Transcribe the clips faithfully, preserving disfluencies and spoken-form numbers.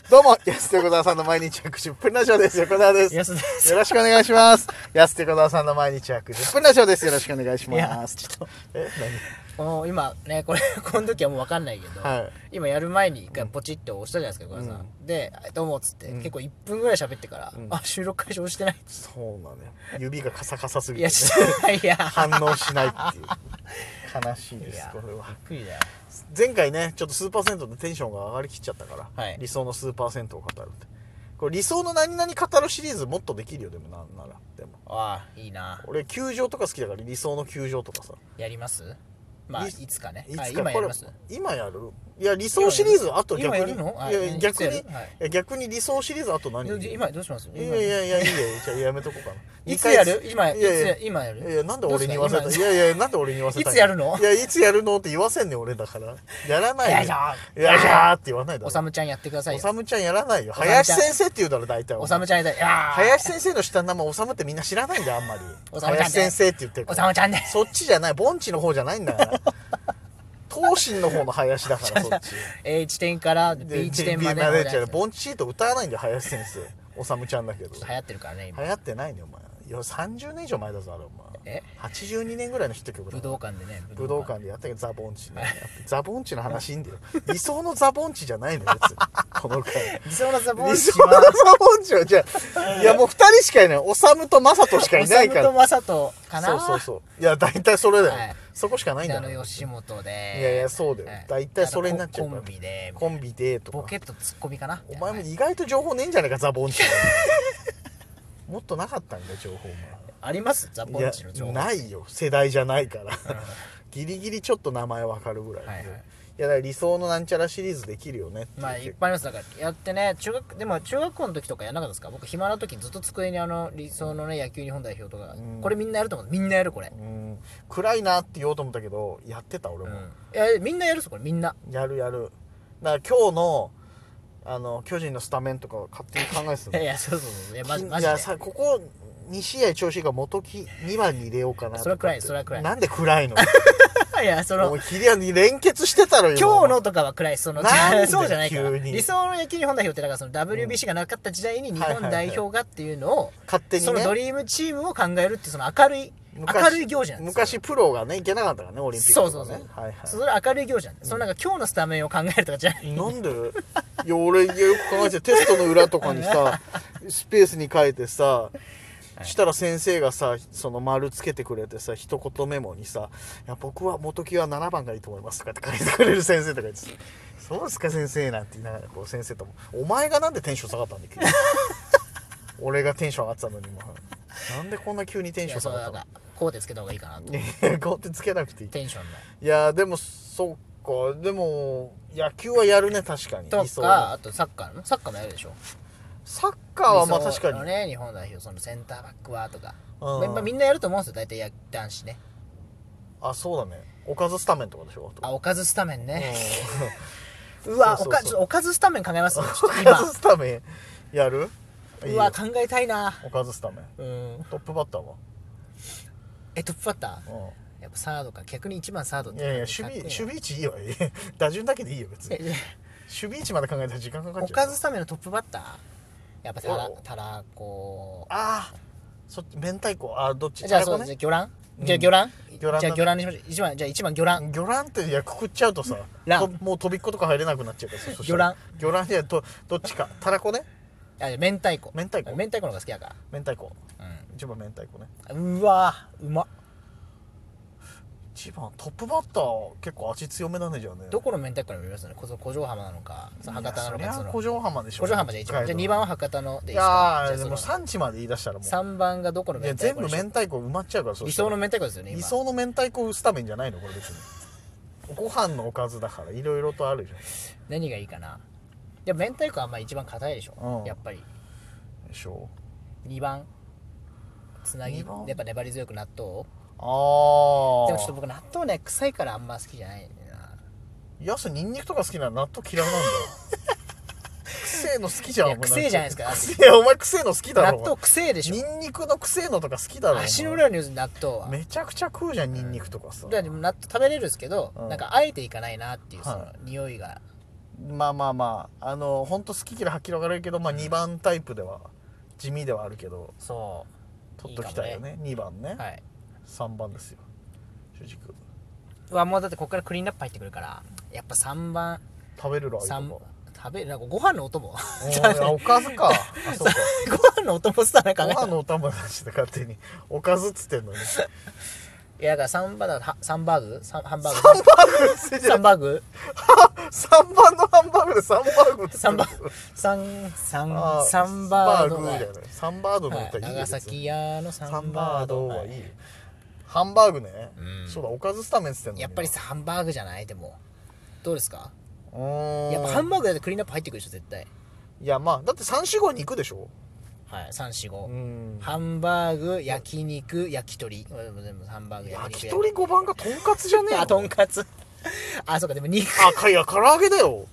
どうも安手小沢さんの毎日約じゅっぷんラジオです。横澤です。 安です。 よろしくお願いします。安手小沢さんの毎日約じゅっぷんラジオです。よろしくお願いします。 ちょっとえもう今ねこれこの時はもう分かんないけど、 はい、 今やる前に一回ポチって押したじゃないですか小沢さん、うん、でどうもっつって、うん、結構いっぷんぐらい喋ってから、うん、あ収録開始押してない。 そうなのよ。指がカサカサすぎて、ね、 いやしてないや反応しないっていう悲しいです。これはびっくりだよ。 前回ねちょっとスーパー銭湯でテンションが上がりきっちゃったから、 はい、 理想のスーパー銭湯を語るって、これ理想の何々語るシリーズもっとできるよ。でもなんならでもああいいな。 俺球場とか好きだから理想の球場とかさやります。まあいつかね。 いつか今やります。 今やる。いや理想シリーズあと逆にいや逆に、 はい、 逆に理想シリーズあと何。 今どうします。 いやいやいやいやいやじゃあやめとこうかな。 いつやる。今いいやいやつ今やる。 いやなんで俺に言わせた。いやいやなんで俺に言わせた。 いつやるの。 いやいつやるのって言わせんねん俺だからやらないよ。 よいしょーよいしょーって言わないだろ。 おさむちゃんやってくださいよ。 おさむちゃんやらないよ。林先生って言うだろ大体。 おさむちゃんやりたい。 林先生の下の名前おさむってみんな知らないんだよあんまり。林先生って言ってるから。 おさむちゃんで。 そっちじゃない盆地の方じゃないんだから。東進の方の林だからそっち。 A 地点から B 地点まで。 盆地シート歌わないんだよ林先生。おさむちゃんだけど。 流行ってるからね今。 流行ってないねお前。いやさんじゅうねん以上前だぞあれお前。 えはちじゅうにねんぐらいのヒット曲だ。 武道館でね。 武道館でやったけどザ・ボンチね。ザ・ボンチの話いいんだよ。理想のザ・ボンチじゃないのよ別にこの回。 理想のザ・ボンチは。 理想のザ・ボンチはじゃあいやもうふたりしかいない。おさむとまさとしかいないから。 おさむとまさとかな。 そうそうそう。いや大体それだよ。はい、そこしかないんだよ。 あの吉本で。 いやいやそうだよ。大体それになっちゃうから。 コンビで。 コンビでとか。 ボケとツッコミかな。 お前も意外と情報ねえんじゃねえかザ・ボンチ。もっとなかったんだよ情報も。 ありますザ・ボンチの情報。 ないよ世代じゃないからギリギリちょっと名前わかるぐらい、はいはい、いやだから理想のなんちゃらシリーズできるよねって。 まあいっぱいあります。だからやってね中学でも中学校の時とかやらなかったですか。僕暇な時にずっと机にあの理想のね野球日本代表とか、うん、これみんなやると思う。みんなやるこれ、うん、 暗いなって言おうと思ったけどやってた俺も、うん、 いやみんなやるぞこれみんなやるやる。だから今日のあの巨人のスタメンとか勝手に考えてたいやそうそうそういやマジで。いやさここに試合調子が元木にばんに入れようかな。 それは暗いそれは暗い。 なんで暗いのいやそのもうキリアンに連結してたろ今日のとかは暗い。そのそうじゃないから理想の野球日本代表ってだからその ダブリュービーシー がなかった時代に日本代表がっていうのを勝手にねそのドリームチームを考えるっていうその明るい明るい行事なんです。 昔プロがねいけなかったからねオリンピックとかね。そうそうそう、 はいはい、それ明るい行事なんで、うん、そのなんか今日のスタメンを考えるとかじゃない。 なんでいや俺よく考えてテストの裏とかにさスペースに書いてさしたら先生がさその丸つけてくれてさ一言メモにさいや僕は元木はななばんがいいと思いますとかって書いてくれる先生とか言ってそうですか先生なんて言いながらこう先生ともお前がなんでテンション下がったんだっけ俺がテンション上がってたのにもなんでこんな急にテンション下がったの。 コーテつけた方がいいかなと。いやコーテつけなくていいテンションの。 いやでもそっかでも野球はやるね確かに。 とかあとサッカーのサッカーもやるでしょ。 サッカーはまあ確かにね日本代表そのセンターバックはとか、うん、みんなやると思うんですよ大体男子ね。 あそうだねおかずスタメンとかでしょ。 あおかずスタメンね、うん、うわそうそうそうおかずスタメン考えますおかずスタメンやる。 うわ考えたいなおかずスタメン、うん、トップバッターはえトップバッター、うん、やっぱサードか逆にいちばんサードって。 いやいや守備守備位置いいわ打順だけでいいよ別に。守備位置まで考えたら時間かかっちゃう。 おかずスタメンのトップバッターやっぱたらたらこああそっち明太子あどっち。 じゃあそうですね魚卵、うん、じゃあ魚卵じゃあ魚卵にしましょう。一番じゃあ一番魚卵魚卵っていやくくっちゃうとさともう飛びっことか入れなくなっちゃうから魚卵魚卵いやどどっちかたらこね。 あ明太子明太子明太子の方が好きやから明太子、うん、一番明太子ね。 うわうまっ。 一番トップバッター結構味強めだねじゃあね。 どこの明太子にも見ますね。古城浜なのか博多なのか。 そりゃ古城浜でしょ。 古城浜じゃ一番じゃあにばんは博多のでいいですか。いやでも産地まで言い出したらもうさんばんがどこの明太子。 いや全部明太子埋まっちゃうから理想の明太子ですよね今。 理想の明太子スタメンじゃないのこれ別にご飯のおかずだからいろいろとあるじゃん。 何がいいかな。いや明太子はまあ一番硬いでしょ、うん、やっぱりでしょ。 にばんつなぎやっぱ粘り強く納豆。 ああでもちょっと僕納豆ね臭いからあんま好きじゃないんだよな。 やすニンニクとか好きなら納豆嫌いなんだよ臭いの好きじゃん。 いや臭いじゃないですか。 いやお前臭いの好きだろ。 納豆臭いでしょ。 ニンニクの臭いのとか好きだろ。 足の裏に納豆はめちゃくちゃ食うじゃんニンニクとかさ。 でも納豆食べれるんですけど、うん、なんかあえていかないなっていうその、はい、匂いがまあまあまああのほんと好き嫌いはっきり分かれるけど、まあ、にばんタイプでは地味ではあるけどそう取っときたいよね。にばんね、 はい。 さんばんですよ主軸。 うわもうだってここからクリーンナップ入ってくるからやっぱさんばん食べるらさん食べるなんかご飯のお供おーおかずかあそうかご飯のお供スターなんかねご飯のお供出して勝手におかずっつってんのにいやだからサンバだからサンバーグサンハンバーグサンバーグサンバーグさんばんのハンバーグでサンバーグってサンバサンサンあーサンバードサンバーグじゃないサンバードのはい歌いいよ、 長崎屋のササンンバードバードははいいよ、ハンバーグね、 うんそうだおかずスタメンっつってんのにやっぱりさハンバーグじゃないでもどうですかうーんやっぱハンバーグだってクリーンナップ入ってくるでしょ絶対いやまあだってさんしごは肉でしょ。 はいさんしごうんハンバーグ焼肉焼き鳥これも全部ハンバーグ焼焼き肉鳥ごばんがとんかつじゃねえのあとんかつあそうかでも肉あかいや唐揚げだよ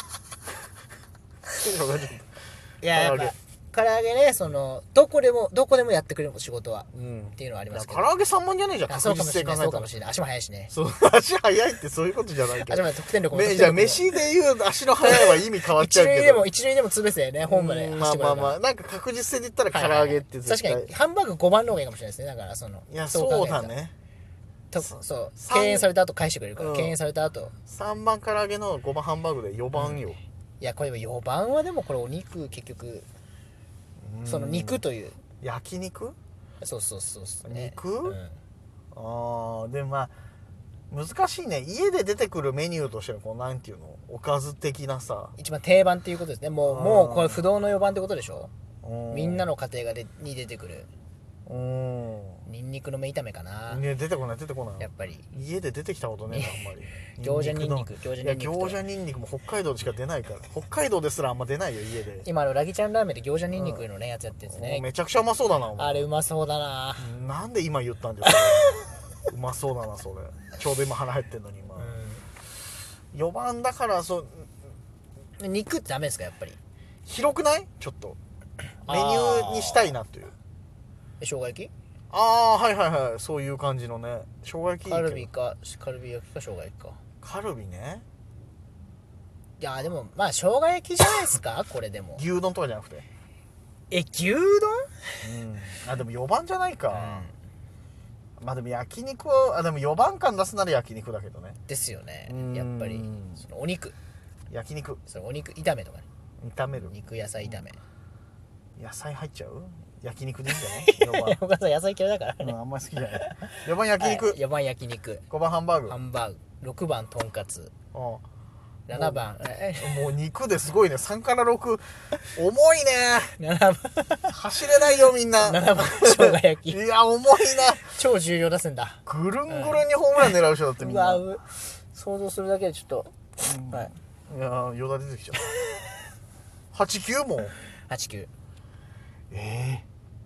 いややっ唐揚ぱ唐揚げねそのどこでもどこでもやってくれるもん仕事はうんっていうのはありますけ唐ど揚げさんまんじゃねえじゃん。 あそう確実かもしれないそうか性考えたらもしれない足も速いしねそう足早いってそういうことじゃないけど足も得点力もめじゃあ得点力も飯で言う足の速いは意味変わっちゃ一塁うけどでも一塁でも潰せよねホームまでうんまあ走ってもらうからまあまあなんか確実性で言ったら唐揚げって絶対、 はいはいはい確かにハンバーグごばんの方がいいかもしれないですねだからそのいや考そうえるとだね。 とそう三敬遠された後返してくれるから、 うん敬遠された後さんばん唐揚げのごばんハンバーグでよばんよ、 いやこれよばんはでもこれお肉結局うんその肉という焼肉そうそうそうそう、ね、 肉うんあーでもまあ難しいね。家で出てくるメニューとしてのこうなんていうのおかず的なさ一番定番っていうことですねもうあーもうこれ不動のよばんってことでしょうみんなの家庭がでに出てくるうんニンニクの芽炒めかな、 ね出てこない出てこないやっぱり家で出てきたことねえなあんまり餃子ニンニクの餃子いやニンニクと餃子ニンニクも北海道でしか出ないから北海道ですらあんま出ないよ家で今あのラギちゃんラーメンで餃子ニンニクのねやつやってるんですねめちゃくちゃうまそうだなお前あれうまそうだななんで今言ったんですかうまそうだなそれちょうど今腹減ってんのに今、 うよばんだからそうん肉ってダメですかやっぱり広くないちょっとメニューにしたいなというえ生姜焼きああーはいはいはいそういう感じのね生姜焼きいいけどカルビかカルビ焼きか生姜焼きかカルビねいやでもまあ生姜焼きじゃないですかこれでも牛丼とかじゃなくてえ牛丼うんあでもよばんじゃないか、まあでも焼肉をあでもよばん感出すなら焼肉だけどねですよねうんやっぱりそのお肉焼肉そのお肉炒めとかね炒める肉野菜炒め野菜入っちゃう焼肉でいいんじゃないよお母さん野菜嫌いだからばん、 ねうん、あんまり好きじゃないよばん焼肉、 よばん焼肉ごばんハンバーグハンバーグろくばんとんかつうんななばんえもう肉ですごいねさんからろく重いねななばん走れないよみんなななばん生姜焼いきや重いな超重量出すんだぐるんぐるんにホームラン狙う人だってみんなうわう想像するだけでちょっと、 うんはいいやーよだ出てきちゃうはちきゅうもはちきゅうええ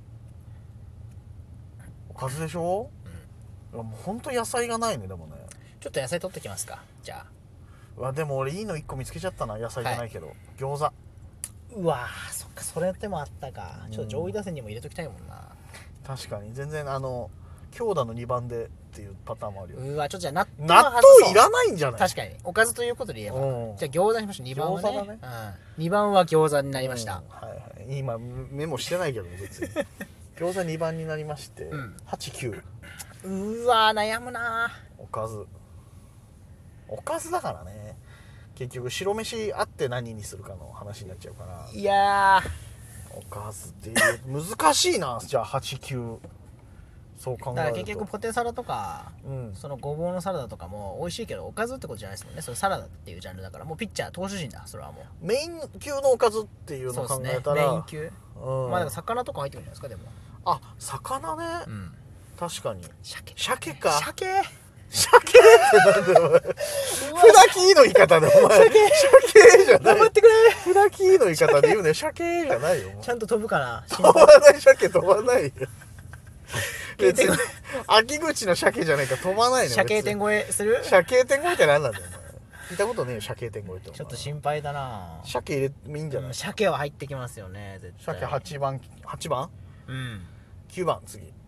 おかずでしょ、いやもうほんと野菜がないねでもねちょっと野菜取ってきますかじゃあうわでも俺いいのいっこ見つけちゃったな野菜じゃないけど、餃子うわーそっかそれでもあったかちょっと上位打線にも入れときたいもんな確かに全然あの強打のにばんでっていうパターンもあるよ、 うわちょっとじゃあ納豆納は外そう豆いらないんじゃない確かにおかずということで言えばうんじゃあ餃子にしましょうにばんはね餃子だねうん、にばんは餃子になりました、 うんはいはい今メモしてないけど別に餃子にばんになりまして、 うんはちきゅううわ悩むなおかずおかずだからね結局白飯あって何にするかの話になっちゃうからいやおかずっていう難しいなじゃあはちきゅうそう考えるとーだから結局ポテサラとかうんそのごぼうのサラダとかも美味しいけどおかずってことじゃないですもんねそれサラダっていうジャンルだからもうピッチャー投手陣だそれはもうメイン級のおかずっていうのをそうですね考えたらメイン級うんまあでも魚とか入ってくるんじゃないですかでもあ魚ね、 うん確かに鮭鮭か鮭鮭ってなんだよお前船木の言い方でお前鮭じゃない頑張ってくれ船木の言い方で言うね鮭じゃないよお前ちゃんと飛ぶかな飛ばない鮭飛ばないよ別に秋口の鮭じゃないから飛ばないの鮭天超えする鮭天超えって何なんだよお前聞いたことねえよ鮭天超えってお前ちょっと心配だな鮭入れてもいいんじゃない、 うん鮭は入ってきますよね絶対鮭はちばんはちばんうんきゅうばん次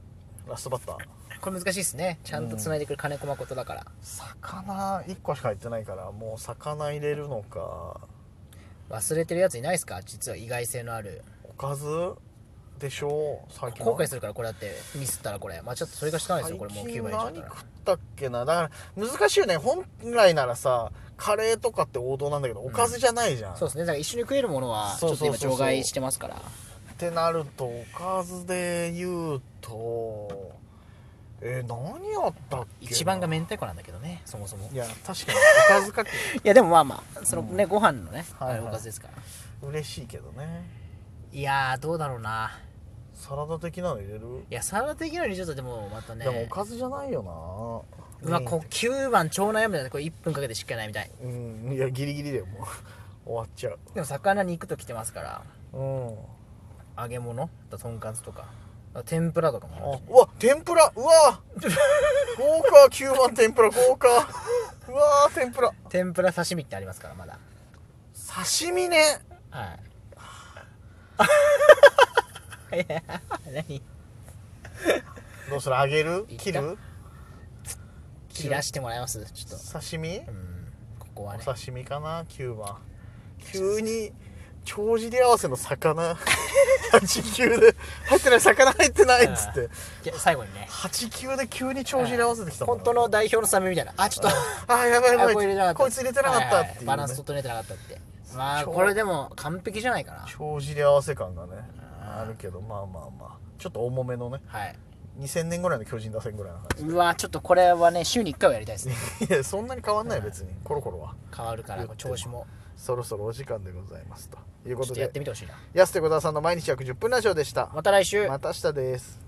ラストバッターこれ難しいですね。ちゃんと繋いでくる金子誠だから、 魚いっこしか入ってないからもう魚入れるのか。 忘れてるやついないですか？実は意外性のある。 おかずでしょう。最近後悔するからこれだってミスったらこれまあちょっとそれがしかないですよこれもうきゅうばいにしちゃったら。 何食ったっけな。だから難しいよね。本来ならさカレーとかって王道なんだけど、おかずじゃないじゃん。 そうですね。だから一緒に食えるものはちそうょっと今そうそうそう除外してますから。 ってなるとおかずで言うとえー、何やったっけな。 一番が明太子なんだけどねそもそも。 いや確かにおかずかけいやでもまあまあそのね、ご飯のね、 はいはいあれおかずですから。 嬉しいけどね。 いやーどうだろうな。 サラダ的なの入れる。 いやサラダ的なのにちょっとでもまたね、 でもおかずじゃないよな。 うわこうきゅうばん超悩むんだね。これいっぷんかけてしっかりないみたい。 うんいやギリギリでもう終わっちゃう。 でも魚肉ときてますからうん揚げ物だとんかつとか天ぷらとかもあるしあうわ天ぷらうわ豪華きゅうばん天ぷら豪華うわ天ぷら天ぷら刺身ってありますからまだ。 刺身ね。 はいいや何どうする揚げるいった切る切らしてもらいますちょっと。 刺身うんここはねお刺身かな。きゅうばん急に帳尻合わせの魚はちきゅうで入ってない魚入ってないっつっていや最後にねはちきゅうで急に帳尻合わせてきたもん本当の代表のサメみたいなあちょっとあーやばいやばあこれ入れなかったいこいつ入れてなかったっていう、ねはいはいバランス整えてなかったってまあ超これでも完璧じゃないかな。 帳尻合わせ感がねあるけどまあまあまあちょっと重めのねはいにせんねんぐらいの巨人打線ぐらいな感うわちょっとこれはね週にいっかいはやりたいですね。 じいやそんなに変わんないよ別にコロコロは。 変わるから言っても調子もそろそろお時間でございますということちょっとやっでてみてほしいな。 安手小沢さんの毎日約じゅっぷんラジオでした。 また来週。 また明日です。